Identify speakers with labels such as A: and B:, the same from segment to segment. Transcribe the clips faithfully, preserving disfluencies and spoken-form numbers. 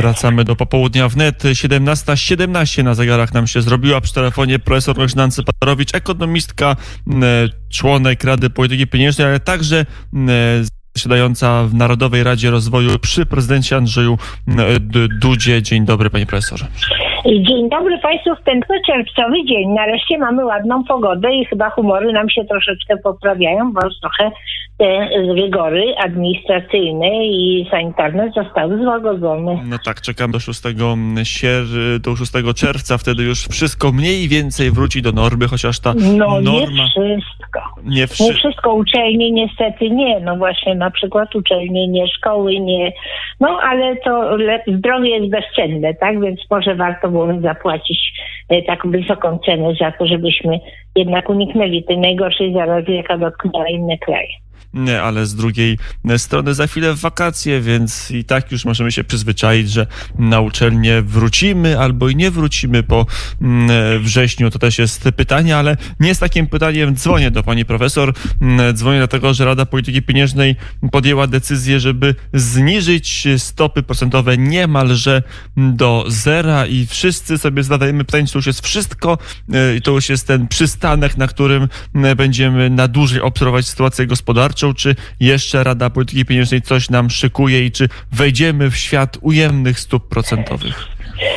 A: Wracamy do popołudnia wnet. siedemnasta siedemnaście na zegarach nam się zrobiła. Przy telefonie profesor Nancy Paderowicz, ekonomistka, członek Rady Polityki Pieniężnej, ale także zasiadająca w Narodowej Radzie Rozwoju przy prezydencie Andrzeju Dudzie. Dzień dobry, panie profesorze.
B: Dzień dobry Państwu w ten czerwcowy dzień. Nareszcie mamy ładną pogodę i chyba humory nam się troszeczkę poprawiają, bo już trochę te rygory administracyjne i sanitarne zostały złagodzone.
A: No tak, czekam do szóstego sier- do szóstego czerwca, wtedy już wszystko mniej więcej wróci do normy, chociaż ta
B: no,
A: norma...
B: nie wszystko.
A: Nie, wszy...
B: nie wszystko. Uczelnie niestety nie. No właśnie na przykład uczelnie nie, szkoły nie. No ale to le- zdrowie jest bezcenne, tak? Więc może warto było zapłacić e, taką wysoką cenę za to, żebyśmy jednak uniknęli tej najgorszej zarazy, jaka dotknęła inne kraje.
A: Nie, ale z drugiej strony za chwilę wakacje, więc i tak już możemy się przyzwyczaić, że na uczelnię wrócimy albo i nie wrócimy po wrześniu. To też jest pytanie, ale nie z takim pytaniem dzwonię do pani profesor. Dzwonię dlatego, że Rada Polityki Pieniężnej podjęła decyzję, żeby zniżyć stopy procentowe niemalże do zera i wszyscy sobie zadajemy pytanie, czy to już jest wszystko i to już jest ten przystanek, na którym będziemy na dłużej obserwować sytuację gospodarczą, czy jeszcze Rada Polityki Pieniężnej coś nam szykuje i czy wejdziemy w świat ujemnych stóp procentowych?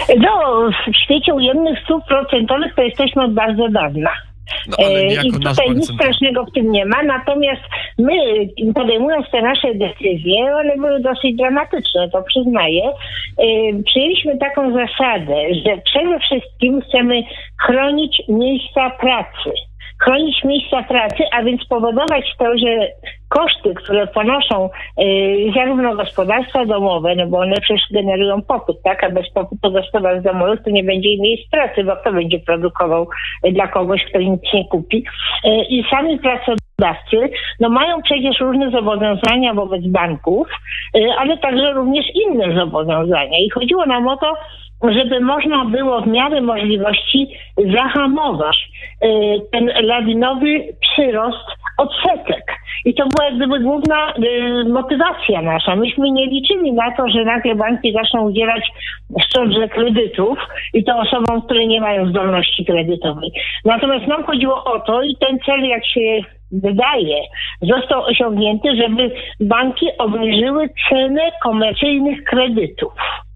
B: No, w świecie ujemnych stóp procentowych to jesteśmy od bardzo dawna.
A: No, ale
B: I tutaj nic strasznego w tym nie ma, natomiast my, podejmując te nasze decyzje, one były dosyć dramatyczne, to przyznaję, przyjęliśmy taką zasadę, że przede wszystkim chcemy chronić miejsca pracy. Chronić miejsca pracy, a więc powodować to, że koszty, które ponoszą y, zarówno gospodarstwa domowe, no bo one przecież generują popyt, tak? A bez popytu gospodarstw domowych to nie będzie miejsc pracy, bo kto będzie produkował y, dla kogoś, kto nic nie kupi. Y, I sami pracodawcy, no mają przecież różne zobowiązania wobec banków, y, ale także również inne zobowiązania. I chodziło nam o to, żeby można było w miarę możliwości zahamować y, ten lawinowy przyrost odsetek. I to była jak gdyby główna y, motywacja nasza. Myśmy nie liczyli na to, że nagle banki zaczną udzielać szczodrze kredytów i to osobom, które nie mają zdolności kredytowej. Natomiast nam chodziło o to i ten cel, jak się wydaje, został osiągnięty, żeby banki obniżyły cenę komercyjnych kredytów.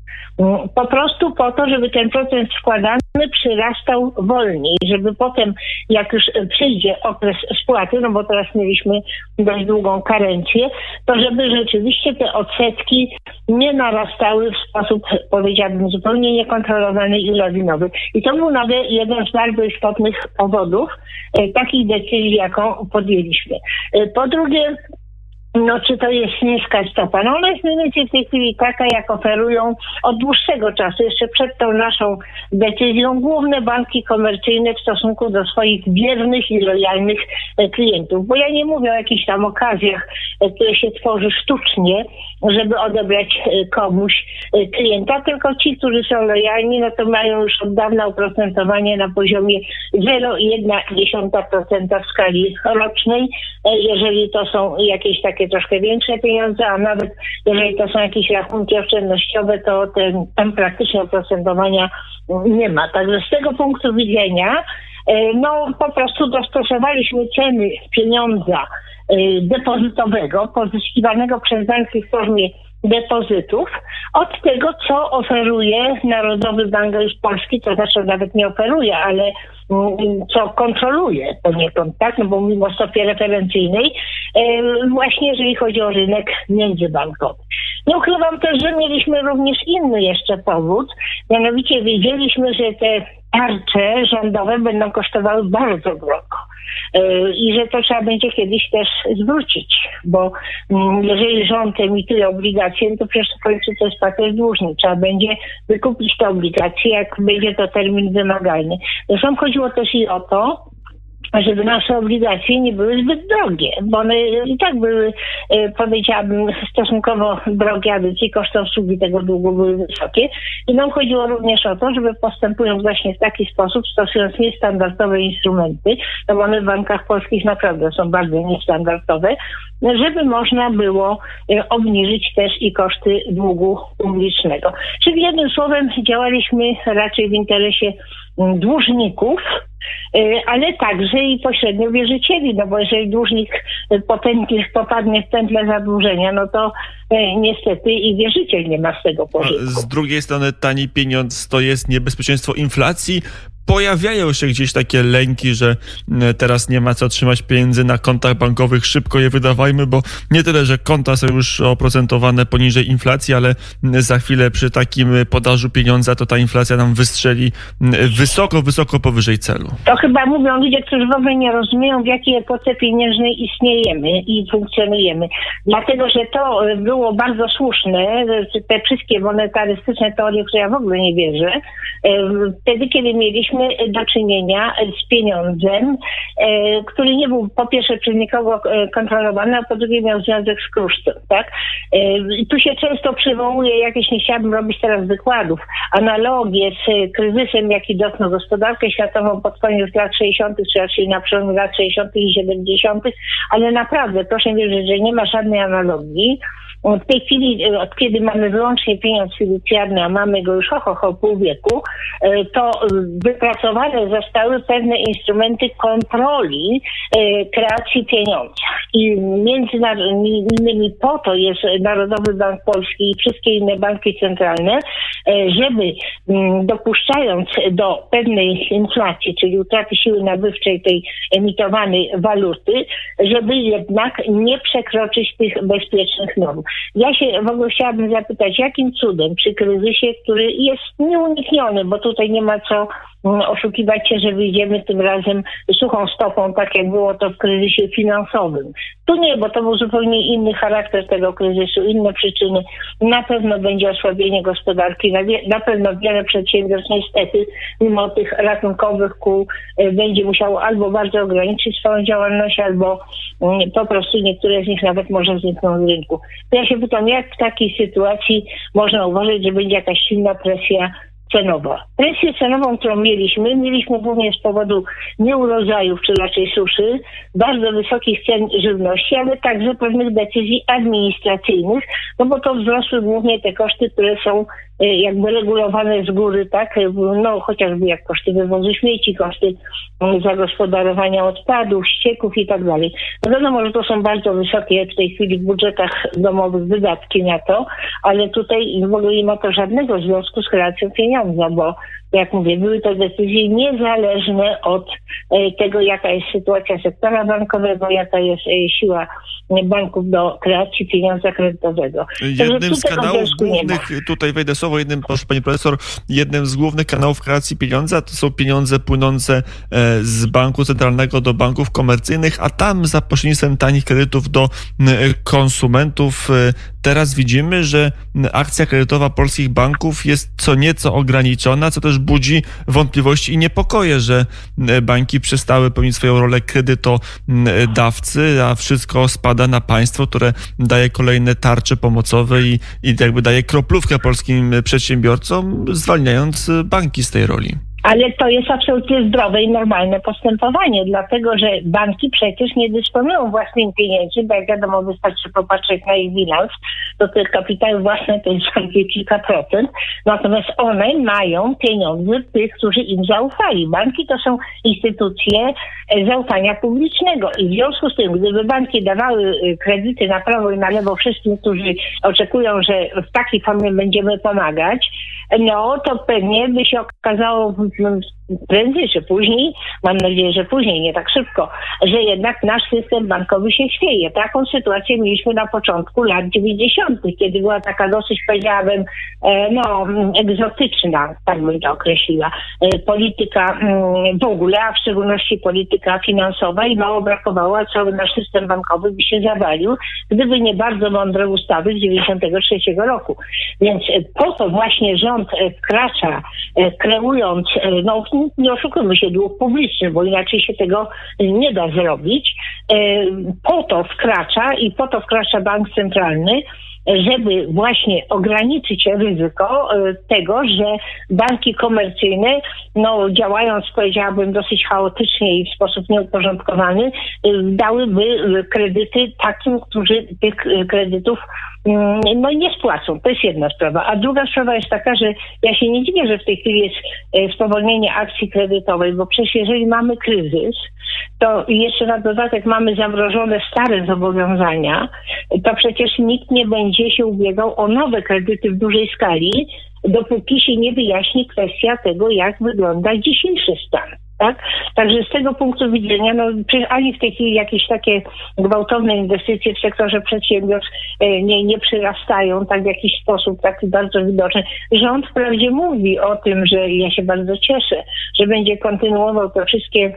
B: Po prostu po to, żeby ten procent składany przyrastał wolniej, żeby potem, jak już przyjdzie okres spłaty, no bo teraz mieliśmy dość długą karencję, to żeby rzeczywiście te odsetki nie narastały w sposób, powiedziałabym, zupełnie niekontrolowany i lawinowy. I to był nawet jeden z bardzo istotnych powodów takich decyzji, jaką podjęliśmy. Po drugie, no czy to jest niska stopa? No ona jest mniej więcej w tej chwili taka, jak oferują od dłuższego czasu, jeszcze przed tą naszą decyzją, główne banki komercyjne w stosunku do swoich wiernych i lojalnych klientów. Bo ja nie mówię o jakichś tam okazjach, które się tworzy sztucznie, żeby odebrać komuś klienta, tylko ci, którzy są lojalni, no to mają już od dawna oprocentowanie na poziomie zero przecinek jeden procent w skali rocznej. Jeżeli to są jakieś takie troszkę większe pieniądze, a nawet jeżeli to są jakieś rachunki oszczędnościowe, to ten, tam praktycznie oprocentowania nie ma. Także z tego punktu widzenia no po prostu dostosowaliśmy ceny pieniądza depozytowego pozyskiwanego przez banki w formie depozytów od tego, co oferuje Narodowy Bank Polski, to znaczy nawet nie oferuje, ale co kontroluje poniekąd, tak, no bo mimo stopy referencyjnej, właśnie jeżeli chodzi o rynek międzybankowy. Nie ukrywam też, że mieliśmy również inny jeszcze powód, mianowicie wiedzieliśmy, że te tarcze rządowe będą kosztowały bardzo drogo i że to trzeba będzie kiedyś też zwrócić, bo jeżeli rząd emituje obligacje, to przecież w końcu to jest papier dłużny. Trzeba będzie wykupić te obligacje, jak będzie to termin wymagalny. Zresztą chodziło też i o to, żeby nasze obligacje nie były zbyt drogie, bo one i tak były, powiedziałabym, stosunkowo drogie, a więc i koszty obsługi tego długu były wysokie. I nam chodziło również o to, żeby postępując właśnie w taki sposób, stosując niestandardowe instrumenty, no bo one w bankach polskich naprawdę są bardzo niestandardowe, żeby można było obniżyć też i koszty długu publicznego. Czyli jednym słowem działaliśmy raczej w interesie dłużników, ale także i pośrednio wierzycieli, no bo jeżeli dłużnik potępnie popadnie w pętlę zadłużenia, no to niestety i wierzyciel nie ma z tego pożytku.
A: Z drugiej strony tani pieniądz to jest niebezpieczeństwo inflacji. Pojawiają się gdzieś takie lęki, że teraz nie ma co trzymać pieniędzy na kontach bankowych, szybko je wydawajmy, bo nie tyle, że konta są już oprocentowane poniżej inflacji, ale za chwilę przy takim podażu pieniądza to ta inflacja nam wystrzeli wysoko, wysoko powyżej celu.
B: To chyba mówią ludzie, którzy w ogóle nie rozumieją, w jakiej epoce pieniężnej istniejemy i funkcjonujemy. Dlatego, że to było bardzo słuszne, te wszystkie monetarystyczne teorie, w które ja w ogóle nie wierzę, wtedy, kiedy mieliśmy do czynienia z pieniądzem, e, który nie był po pierwsze przez nikogo kontrolowany, a po drugie miał związek z kruszcem, tak? E, tu się często przywołuje jakieś, nie chciałabym robić teraz wykładów, analogie z kryzysem, jaki dotknął gospodarkę światową pod koniec lat sześćdziesiątych, czy raczej na przełomie lat sześćdziesiątych i siedemdziesiątych, ale naprawdę proszę wierzyć, że nie ma żadnej analogii. W tej chwili, od kiedy mamy wyłącznie pieniądz fiducjarny, a mamy go już ho, ho, ho pół wieku, to wypracowane zostały pewne instrumenty kontroli kreacji pieniądza. I między innymi po to jest Narodowy Bank Polski i wszystkie inne banki centralne, żeby dopuszczając do pewnej inflacji, czyli utraty siły nabywczej tej emitowanej waluty, żeby jednak nie przekroczyć tych bezpiecznych norm. Ja się w ogóle chciałabym zapytać, jakim cudem przy kryzysie, który jest nieunikniony, bo tutaj nie ma co oszukiwać się, że wyjdziemy tym razem suchą stopą, tak jak było to w kryzysie finansowym. Tu nie, bo to był zupełnie inny charakter tego kryzysu, inne przyczyny. Na pewno będzie osłabienie gospodarki, na, wie, na pewno wiele przedsiębiorstw niestety, mimo tych ratunkowych kół, będzie musiało albo bardzo ograniczyć swoją działalność, albo po prostu niektóre z nich nawet może znikną z rynku. To ja się pytam, jak w takiej sytuacji można uważać, że będzie jakaś silna presja cenowa. Presję cenową, którą mieliśmy, mieliśmy głównie z powodu nieurodzajów, czy raczej suszy, bardzo wysokich cen żywności, ale także pewnych decyzji administracyjnych, no bo to wzrosły głównie te koszty, które są jakby regulowane z góry, tak, no chociażby jak koszty wywozu śmieci, koszty zagospodarowania odpadów, ścieków i tak dalej. No wiadomo, że to są bardzo wysokie w tej chwili w budżetach domowych wydatki na to, ale tutaj w ogóle nie ma to żadnego związku z kreacją pieniądza, bo jak mówię, były to decyzje niezależne od tego, jaka jest sytuacja sektora bankowego, jaka jest siła banków do kreacji pieniądza kredytowego.
A: Jednym z kanałów głównych, tutaj wejdę słowo, jednym, proszę pani profesor, jednym z głównych kanałów kreacji pieniądza to są pieniądze płynące z banku centralnego do banków komercyjnych, a tam za pośrednictwem tanich kredytów do konsumentów. Teraz widzimy, że akcja kredytowa polskich banków jest co nieco ograniczona, co też budzi wątpliwości i niepokoje, że banki przestały pełnić swoją rolę kredytodawcy, a wszystko spada na państwo, które daje kolejne tarcze pomocowe i, i jakby daje kroplówkę polskim przedsiębiorcom, zwalniając banki z tej roli.
B: Ale to jest absolutnie zdrowe i normalne postępowanie, dlatego że banki przecież nie dysponują własnymi pieniędzmi, bo jak wiadomo, wystarczy popatrzeć na ich bilans, to te kapitały własne to jest zaledwie kilka procent, natomiast one mają pieniądze tych, którzy im zaufali. Banki to są instytucje zaufania publicznego i w związku z tym, gdyby banki dawały kredyty na prawo i na lewo wszystkim, którzy oczekują, że w takiej formie będziemy pomagać, no to pewnie by się okazało prędzej czy później, mam nadzieję, że później, nie tak szybko, że jednak nasz system bankowy się chwieje. Taką sytuację mieliśmy na początku lat dziewięćdziesiątych, kiedy była taka dosyć, powiedziałabym, no, egzotyczna, tak bym to określiła, polityka w ogóle, a w szczególności polityka finansowa i mało brakowało, a cały nasz system bankowy by się zawalił, gdyby nie bardzo mądre ustawy z dziewięćdziesiątego trzeciego roku. Więc po to właśnie rząd wkracza, kreując, no nie oszukujmy się, dług publiczny, bo inaczej się tego nie da zrobić. Po to wkracza i po to wkracza bank centralny, żeby właśnie ograniczyć ryzyko tego, że banki komercyjne, no działając, powiedziałabym, dosyć chaotycznie i w sposób nieuporządkowany, dałyby kredyty takim, którzy tych kredytów no nie spłacą. To jest jedna sprawa. A druga sprawa jest taka, że ja się nie dziwię, że w tej chwili jest spowolnienie akcji kredytowej, bo przecież jeżeli mamy kryzys, to jeszcze na dodatek mamy zamrożone stare zobowiązania, to przecież nikt nie będzie się ubiegał o nowe kredyty w dużej skali, dopóki się nie wyjaśni kwestia tego, jak wygląda dzisiejszy stan. Tak? Także z tego punktu widzenia, no ani w tej chwili jakieś takie gwałtowne inwestycje w sektorze przedsiębiorstw nie, nie przyrastają tak w jakiś sposób taki bardzo widoczny. Rząd wprawdzie mówi o tym, że ja się bardzo cieszę, że będzie kontynuował te wszystkie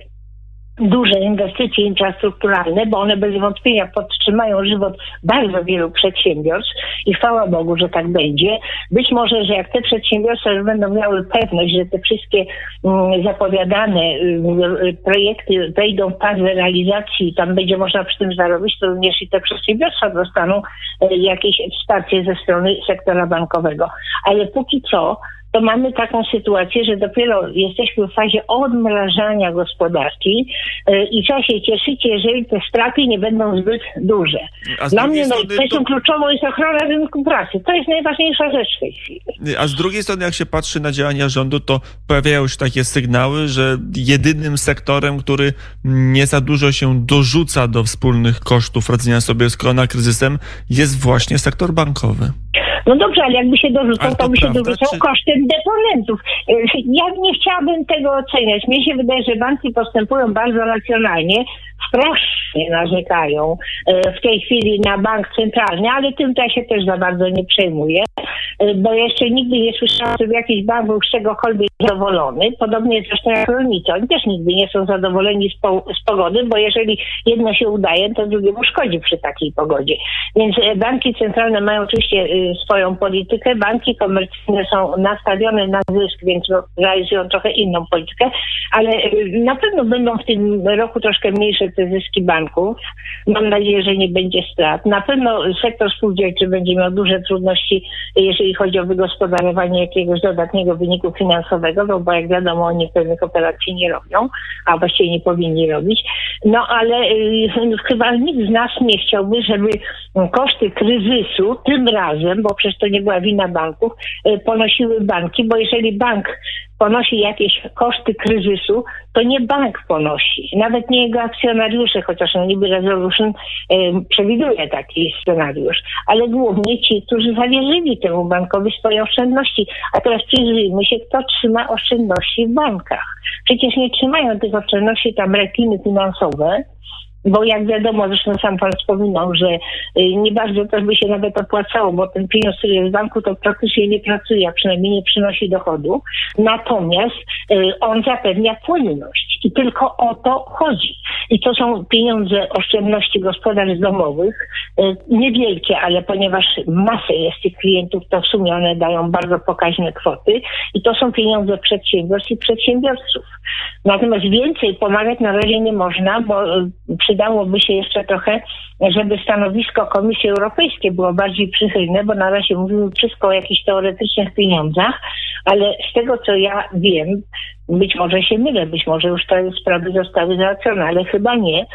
B: duże inwestycje infrastrukturalne, bo one bez wątpienia podtrzymają żywot bardzo wielu przedsiębiorstw i chwała Bogu, że tak będzie. Być może, że jak te przedsiębiorstwa już będą miały pewność, że te wszystkie um, zapowiadane um, projekty wejdą w fazę realizacji i tam będzie można przy tym zarobić, to również i te przedsiębiorstwa dostaną um, jakieś wsparcie ze strony sektora bankowego. Ale póki co to mamy taką sytuację, że dopiero jesteśmy w fazie odmrażania gospodarki yy, i trzeba się cieszyć, jeżeli te straty nie będą zbyt duże. Dla mnie no, kwestią to... kluczową jest ochrona rynku pracy. To jest najważniejsza rzecz w tej chwili.
A: A z drugiej strony, jak się patrzy na działania rządu, to pojawiają się takie sygnały, że jedynym sektorem, który nie za dużo się dorzuca do wspólnych kosztów radzenia sobie z koronakryzysem, jest właśnie sektor bankowy.
B: No dobrze, ale jakby się dorzucał, to, to by się dorzucał
A: czy...
B: kosztem deponentów. Ja nie chciałabym tego oceniać. Mnie się wydaje, że banki postępują bardzo racjonalnie, strasznie narzekają w tej chwili na bank centralny, ale tym to ja się też za bardzo nie przejmuję, bo jeszcze nigdy nie słyszałam, żeby jakiś bank był z czegokolwiek zadowolony. Podobnie zresztą jak rolnicy. Oni też nigdy nie są zadowoleni z, po, z pogody, bo jeżeli jedno się udaje, to drugiemu szkodzi przy takiej pogodzie. Więc banki centralne mają oczywiście swoją politykę. Banki komercyjne są nastawione na zysk, więc realizują trochę inną politykę, ale na pewno będą w tym roku troszkę mniejsze te zyski banków. Mam nadzieję, że nie będzie strat. Na pewno sektor spółdzielczy będzie miał duże trudności, jeżeli chodzi o wygospodarowanie jakiegoś dodatniego wyniku finansowego, no bo jak wiadomo, oni pewnych operacji nie robią, a właściwie nie powinni robić. No ale y, chyba nikt z nas nie chciałby, żeby koszty kryzysu tym razem, bo przecież to nie była wina banków, y, ponosiły banki, bo jeżeli bank ponosi jakieś koszty kryzysu, to nie bank ponosi, nawet nie jego akcjonariusze, chociaż no niby resolution y, przewiduje taki scenariusz, ale głównie ci, którzy zawierzyli temu bankowi swoje oszczędności. A teraz przyjrzyjmy się, kto trzyma oszczędności w bankach. Przecież nie trzymają tych oszczędności tam rekiny finansowe, bo jak wiadomo, zresztą sam pan wspominał, że nie bardzo to by się nawet opłacało, bo ten pieniądz, który jest w banku, to praktycznie nie pracuje, a przynajmniej nie przynosi dochodu. Natomiast on zapewnia płynność i tylko o to chodzi. I to są pieniądze oszczędności gospodarstw domowych, niewielkie, ale ponieważ masę jest tych klientów, to w sumie one dają bardzo pokaźne kwoty i to są pieniądze przedsiębiorstw i przedsiębiorców. Natomiast więcej pomagać na razie nie można, bo przydałoby się jeszcze trochę, żeby stanowisko Komisji Europejskiej było bardziej przychylne, bo na razie mówimy wszystko o jakichś teoretycznych pieniądzach, ale z tego, co ja wiem, być może się mylę, być może już te sprawy zostały załatwione, ale chyba nie,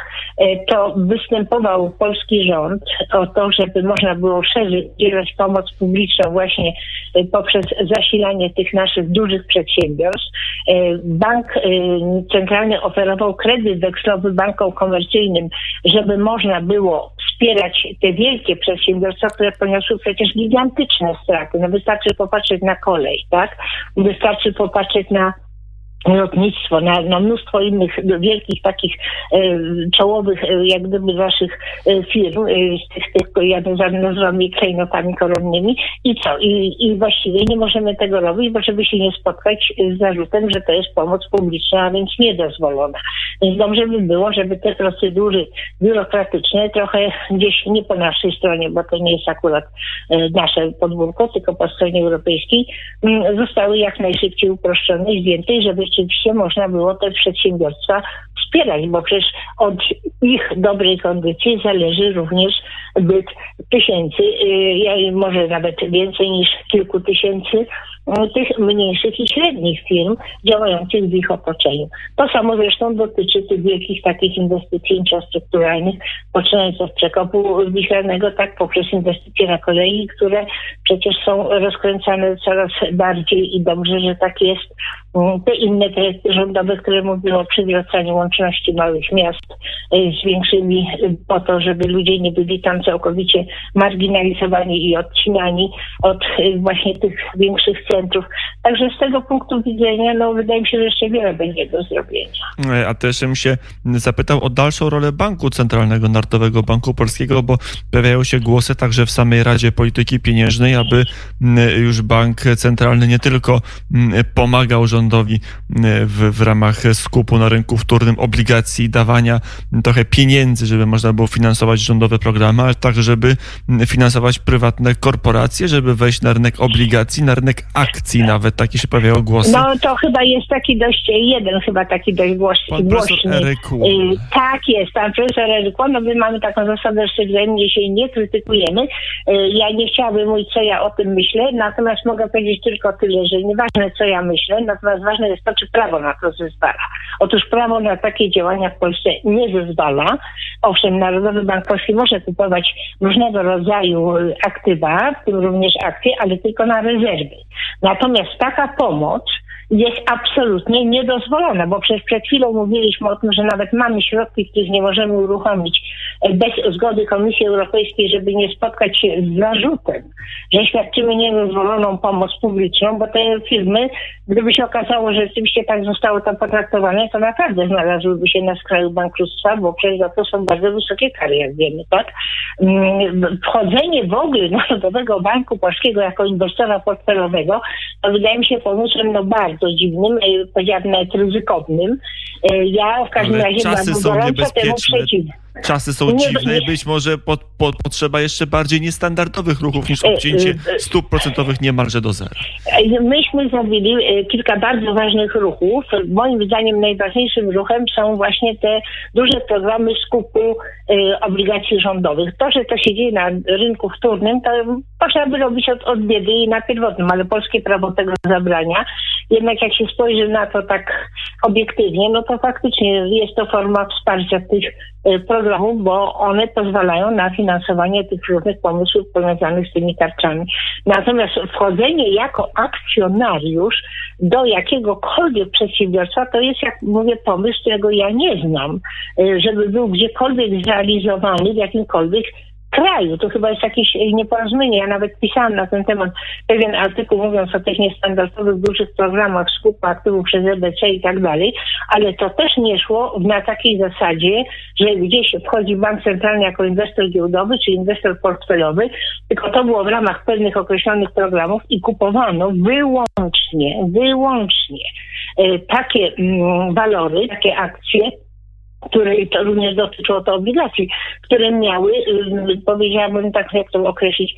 B: to występował polski rząd o to, żeby można było szerzej udzielać pomoc publiczną właśnie poprzez zasilanie tych naszych dużych przedsiębiorstw. Bank centralny oferował kredyt wekslowy bankom komercyjnym, żeby można było wspierać te wielkie przedsiębiorstwa, które poniosły przecież gigantyczne straty. No wystarczy popatrzeć na kolej, tak? Wystarczy popatrzeć na lotnictwo, na, na mnóstwo innych wielkich takich e, czołowych e, jak gdyby naszych e, firm, e, z tych, tych ja nazywam je klejnotami koronnymi i co? I, I właściwie nie możemy tego robić, bo żeby się nie spotkać z zarzutem, że to jest pomoc publiczna, a więc niedozwolona. Więc dobrze by było, żeby te procedury biurokratyczne trochę gdzieś nie po naszej stronie, bo to nie jest akurat e, nasze podwórko, tylko po stronie europejskiej, m, zostały jak najszybciej uproszczone i zdjęte, żeby rzeczywiście można było te przedsiębiorstwa wspierać, bo przecież od ich dobrej kondycji zależy również byt tysięcy, może nawet więcej niż kilku tysięcy tych mniejszych i średnich firm działających w ich otoczeniu. To samo zresztą dotyczy tych wielkich takich inwestycji infrastrukturalnych, poczynając od przekopu wiślanego, tak poprzez inwestycje na kolei, które przecież są rozkręcane coraz bardziej i dobrze, że tak jest. Te inne projekty rządowe, które mówiły o przywracaniu łączności małych miast z większymi po to, żeby ludzie nie byli tam całkowicie marginalizowani i odcinani od właśnie tych większych centrów. Także z tego punktu widzenia, no wydaje mi się, że jeszcze wiele będzie do zrobienia.
A: A też bym się zapytał o dalszą rolę Banku Centralnego, Narodowego Banku Polskiego, bo pojawiają się głosy także w samej Radzie Polityki Pieniężnej, aby już Bank Centralny nie tylko pomagał rządowi w, w ramach skupu na rynku wtórnym obligacji, dawania trochę pieniędzy, żeby można było finansować rządowe programy, ale także, żeby finansować prywatne korporacje, żeby wejść na rynek obligacji, na rynek akcji nawet. Takie się pojawiają głosy.
B: No to chyba jest taki dość, jeden chyba taki dość głośny.
A: Pan profesor Eryk Łon.
B: Tak jest, pan profesor Eryk Łon. No my mamy taką zasadę, że wzajemnie się nie krytykujemy. Ja nie chciałabym mówić, co ja o tym myślę, natomiast mogę powiedzieć tylko tyle, że nieważne, co ja myślę, natomiast ważne jest to, czy prawo na to zezwala. Otóż prawo na takie działania w Polsce nie zezwala. Owszem, Narodowy Bank Polski może kupować różnego rodzaju aktywa, w tym również akcje, ale tylko na rezerwy. Natomiast taka pomoc jest absolutnie niedozwolona, bo przecież przed chwilą mówiliśmy o tym, że nawet mamy środki, których nie możemy uruchomić bez zgody Komisji Europejskiej, żeby nie spotkać się z zarzutem, że świadczymy niedozwoloną pomoc publiczną, bo te firmy, gdyby się okazało, że rzeczywiście tak zostało to potraktowane, to naprawdę znalazłyby się na skraju bankructwa, bo przecież za to są bardzo wysokie kary, jak wiemy, tak? Wchodzenie w ogóle Narodowego Banku Polskiego jako inwestora portfelowego, to wydaje mi się pomysłem no bardzo dziwnym, powiedziałabym nawet ryzykownym. Ja w każdym
A: Ale
B: razie
A: czasy
B: byłam
A: są
B: gorąco temu przeciwna.
A: Czasy są dziwne i być może po, po, potrzeba jeszcze bardziej niestandardowych ruchów niż obcięcie stóp procentowych niemalże do zera.
B: Myśmy zrobili kilka bardzo ważnych ruchów. Moim zdaniem najważniejszym ruchem są właśnie te duże programy skupu obligacji rządowych. To, że to się dzieje na rynku wtórnym, to można by robić od, od biedy i na pierwotnym, ale polskie prawo tego zabrania. Jednak jak się spojrzy na to tak obiektywnie, no to faktycznie jest to forma wsparcia tych programów, bo one pozwalają na finansowanie tych różnych pomysłów powiązanych z tymi tarczami. Natomiast wchodzenie jako akcjonariusz do jakiegokolwiek przedsiębiorstwa to jest, jak mówię, pomysł, którego ja nie znam, żeby był gdziekolwiek zrealizowany w jakimkolwiek kraju. To chyba jest jakieś nieporozumienie. Ja nawet pisałam na ten temat pewien artykuł, mówiąc o tych niestandardowych, dużych programach skupu aktywów przez E B C i tak dalej, ale to też nie szło na takiej zasadzie, że gdzieś wchodzi bank centralny jako inwestor giełdowy czy inwestor portfelowy, tylko to było w ramach pewnych określonych programów i kupowano wyłącznie, wyłącznie e, takie mm, walory, takie akcje, które, i to również dotyczyło to obligacji, które miały, powiedziałabym tak, jak to określić,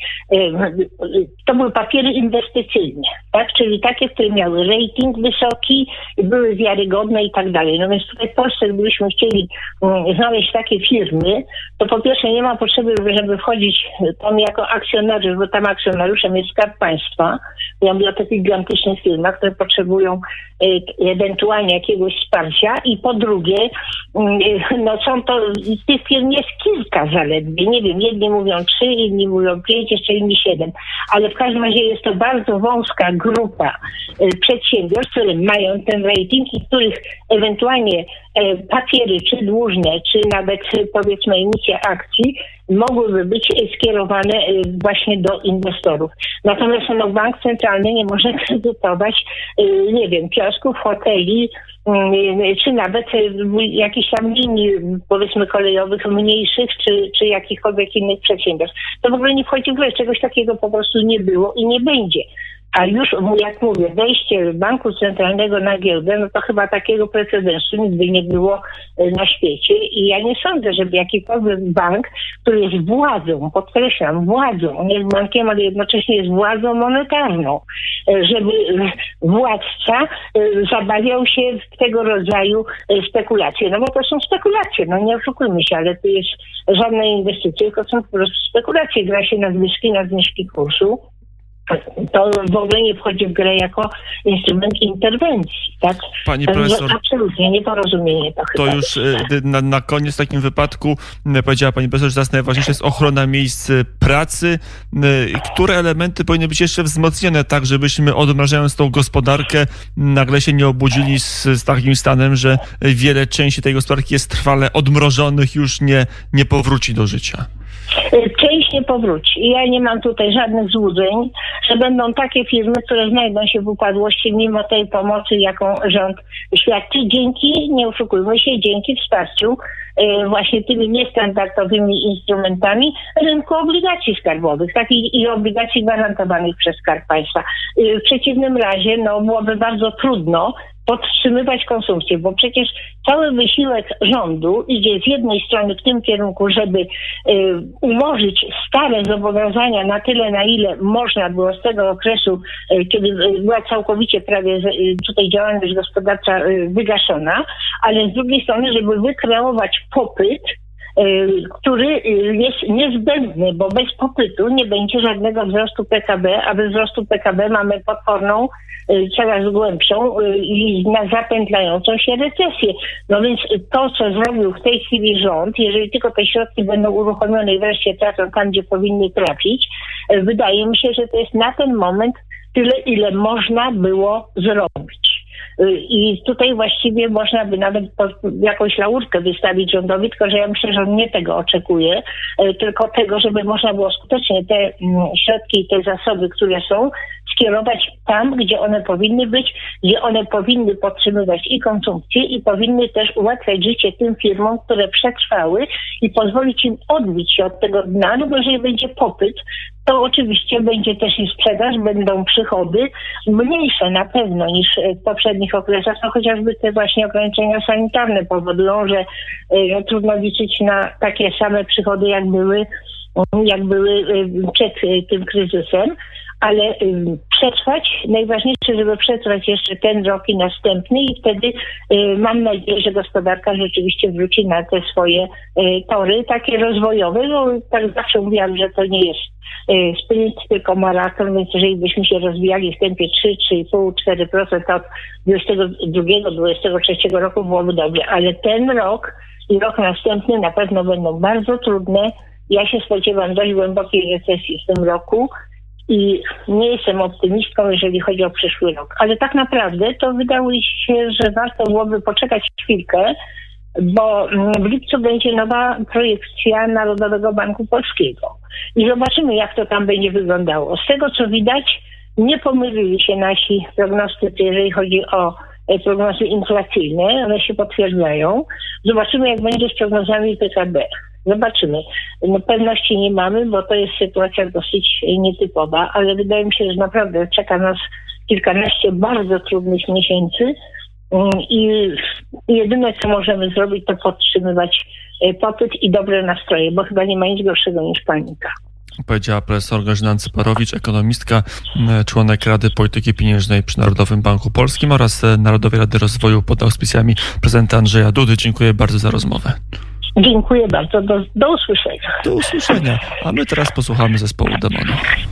B: to były papiery inwestycyjne, tak? Czyli takie, które miały rating wysoki, były wiarygodne i tak dalej. No więc tutaj w Polsce, gdybyśmy chcieli znaleźć takie firmy, to po pierwsze nie ma potrzeby, żeby wchodzić tam jako akcjonariusz, bo tam akcjonariuszem jest Skarb Państwa. Ja mówię o takich gigantycznych firmach, które potrzebują ewentualnie jakiegoś wsparcia i po drugie, no są to, tych firm jest kilka zaledwie, nie wiem, jedni mówią trzy, inni mówią pięć, jeszcze inni siedem, ale w każdym razie jest to bardzo wąska grupa przedsiębiorstw, które mają ten rating i których ewentualnie papiery, czy dłużne, czy nawet powiedzmy emisja akcji mogłyby być skierowane właśnie do inwestorów. Natomiast no, bank centralny nie może kredytować, nie wiem, kiosków, hoteli, czy nawet jakichś tam linii, powiedzmy, kolejowych, mniejszych, czy, czy jakichkolwiek innych przedsiębiorstw. To w ogóle nie wchodzi w grę, czegoś takiego po prostu nie było i nie będzie. A już, jak mówię, wejście banku centralnego na giełdę, no to chyba takiego precedensu nigdy nie było na świecie i ja nie sądzę, żeby jakikolwiek bank, który jest władzą, podkreślam, władzą, on jest bankiem, ale jednocześnie jest władzą monetarną, żeby władca zabawiał się w tego rodzaju spekulacje. No bo to są spekulacje, no nie oszukujmy się, ale to jest żadne inwestycje, tylko są po prostu spekulacje. Gra się na zwyżki, na zniżki kursu. To w ogóle nie wchodzi w grę jako instrument interwencji, tak?
A: Pani
B: to
A: profesor,
B: absolutnie nieporozumienie to chyba.
A: To już na, na koniec w takim wypadku powiedziała pani profesor, że teraz najważniejsza jest ochrona miejsc pracy. Które elementy powinny być jeszcze wzmocnione tak, żebyśmy odmrażając tą gospodarkę nagle się nie obudzili z, z takim stanem, że wiele części tej gospodarki jest trwale odmrożonych, już nie, nie powróci do życia?
B: Część nie powróci. I ja nie mam tutaj żadnych złudzeń, że będą takie firmy, które znajdą się w upadłości mimo tej pomocy, jaką rząd świadczy, dzięki, nie oszukujmy się, dzięki wsparciu y, właśnie tymi niestandardowymi instrumentami rynku obligacji skarbowych, tak i, i obligacji gwarantowanych przez Skarb Państwa. Y, w przeciwnym razie no, byłoby bardzo trudno podtrzymywać konsumpcję, bo przecież cały wysiłek rządu idzie z jednej strony w tym kierunku, żeby y, umorzyć stare zobowiązania na tyle, na ile można było z tego okresu, y, kiedy była całkowicie prawie y, tutaj działalność gospodarcza y, wygaszona, ale z drugiej strony, żeby wykreować popyt, który jest niezbędny, bo bez popytu nie będzie żadnego wzrostu P K B, a bez wzrostu P K B mamy potworną, coraz głębszą i zapętlającą się recesję. No więc to, co zrobił w tej chwili rząd, jeżeli tylko te środki będą uruchomione i wreszcie tracą tam, gdzie powinny trafić, wydaje mi się, że to jest na ten moment tyle, ile można było zrobić. I tutaj właściwie można by nawet jakąś laurkę wystawić rządowi, tylko że ja myślę, że on nie tego oczekuje, tylko tego, żeby można było skutecznie te środki i te zasoby, które są, skierować tam, gdzie one powinny być, gdzie one powinny podtrzymywać i konsumpcję i powinny też ułatwiać życie tym firmom, które przetrwały i pozwolić im odbić się od tego dna, no bo jeżeli będzie popyt, to oczywiście będzie też i sprzedaż, będą przychody mniejsze na pewno niż w poprzednich okresach, no chociażby te właśnie ograniczenia sanitarne powodują, że no, trudno liczyć na takie same przychody, jak były, jak były przed tym kryzysem. Ale y, przetrwać, najważniejsze, żeby przetrwać jeszcze ten rok i następny i wtedy y, mam nadzieję, że gospodarka rzeczywiście wróci na te swoje y, tory takie rozwojowe. No tak zawsze mówiłam, że to nie jest y, sprint, tylko maraton, więc jeżeli byśmy się rozwijali w tempie trzy, trzy i pół, cztery procent od dwudziestego drugiego do dwudziestego trzeciego roku byłoby dobrze, ale ten rok i rok następny na pewno będą bardzo trudne. Ja się spodziewam dość głębokiej recesji w tym roku. I nie jestem optymistką, jeżeli chodzi o przyszły rok. Ale tak naprawdę to wydało się, że warto byłoby poczekać chwilkę, bo w lipcu będzie nowa projekcja Narodowego Banku Polskiego. I zobaczymy, jak to tam będzie wyglądało. Z tego, co widać, nie pomylili się nasi prognostycy, jeżeli chodzi o prognozy inflacyjne. One się potwierdzają. Zobaczymy, jak będzie z prognozami P K B. Zobaczymy. No, pewności nie mamy, bo to jest sytuacja dosyć nietypowa, ale wydaje mi się, że naprawdę czeka nas kilkanaście bardzo trudnych miesięcy i jedyne, co możemy zrobić, to podtrzymywać popyt i dobre nastroje, bo chyba nie ma nic gorszego niż panika.
A: Powiedziała profesor Grażyna Cyparowicz, ekonomistka, członek Rady Polityki Pieniężnej przy Narodowym Banku Polskim oraz Narodowej Rady Rozwoju pod auspicjami prezydenta Andrzeja Dudy. Dziękuję bardzo za rozmowę.
B: Dziękuję bardzo. Do, do usłyszenia.
A: Do usłyszenia. A my teraz posłuchamy zespołu Demono.